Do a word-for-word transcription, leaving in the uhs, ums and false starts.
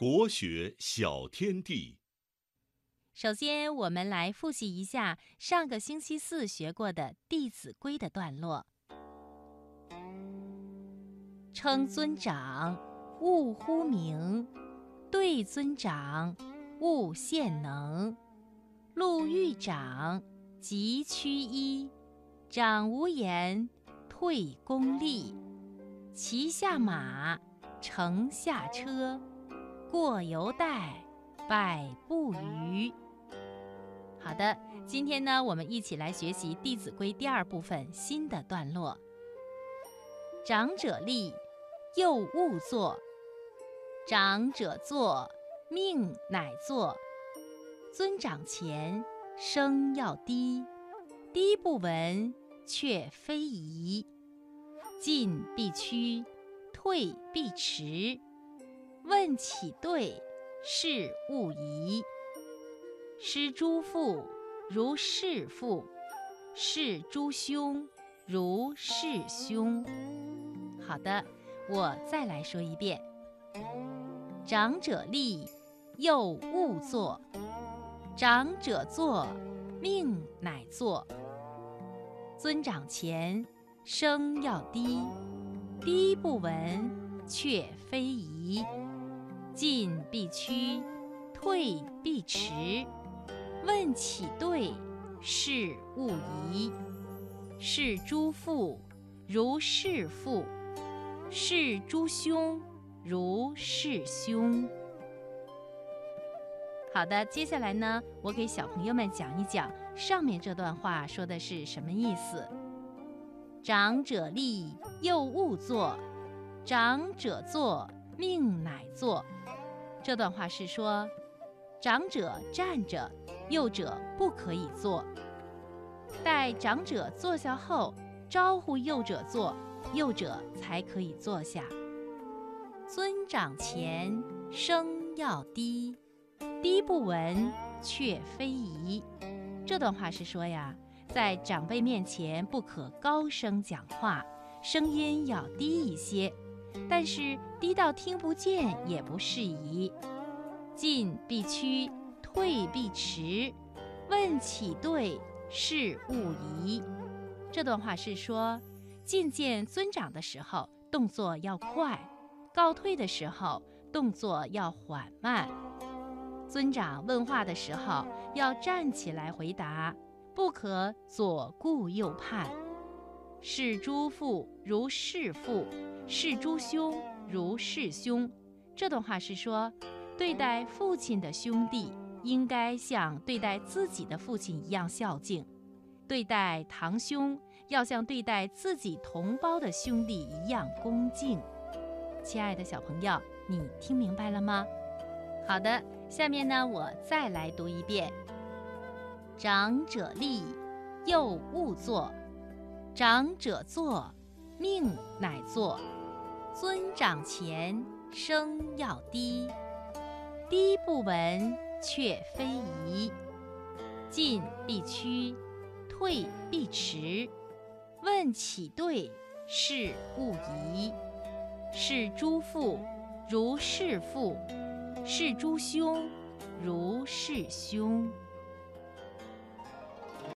国学小天地。 首先，我们来复习一下上个星期四学过的《弟子规》的段落。称尊长，勿呼名；对尊长，勿献能。路遇长，即趋揖；长无言，退恭立。骑下马，乘下车，过犹待，百步余。好的，今天呢，我们一起来学习《弟子规》第二部分新的段落。长者立，幼勿坐；长者坐，命乃坐。尊长前，声要低，低不闻，却非宜。进必趋，退必迟。问起对，事勿疑。师诸父如是父，事诸兄如是兄。好的，我再来说一遍。长者立，幼勿坐；长者坐，命乃坐。尊长前，声要低，低不闻，却非宜。进必趋，退必迟。问起对，事勿疑。事诸父如是父，事诸兄如是兄。好的，接下来呢，我给小朋友们讲一讲上面这段话说的是什么意思。长者立，幼勿坐；长者坐，命乃坐。这段话是说，长者站着，幼者不可以坐。待长者坐下后，招呼幼者坐，幼者才可以坐下。尊长前，声要低，低不闻，却非宜。这段话是说呀，在长辈面前不可高声讲话，声音要低一些，但是低到听不见也不适宜。进必趋，退必迟。问起对，事勿疑。这段话是说，觐见尊长的时候，动作要快；告退的时候，动作要缓慢。尊长问话的时候，要站起来回答，不可左顾右盼。事诸父如是父，事诸兄如是兄。这段话是说，对待父亲的兄弟，应该像对待自己的父亲一样孝敬；对待堂兄，要像对待自己同胞的兄弟一样恭敬。亲爱的小朋友，你听明白了吗？好的，下面呢，我再来读一遍。长者立，幼勿坐；长者坐，命乃坐。尊长前，声要低，低不闻，却非宜。进必趋，退必迟。问起对，事勿疑。事诸父如是父，事诸兄如是兄。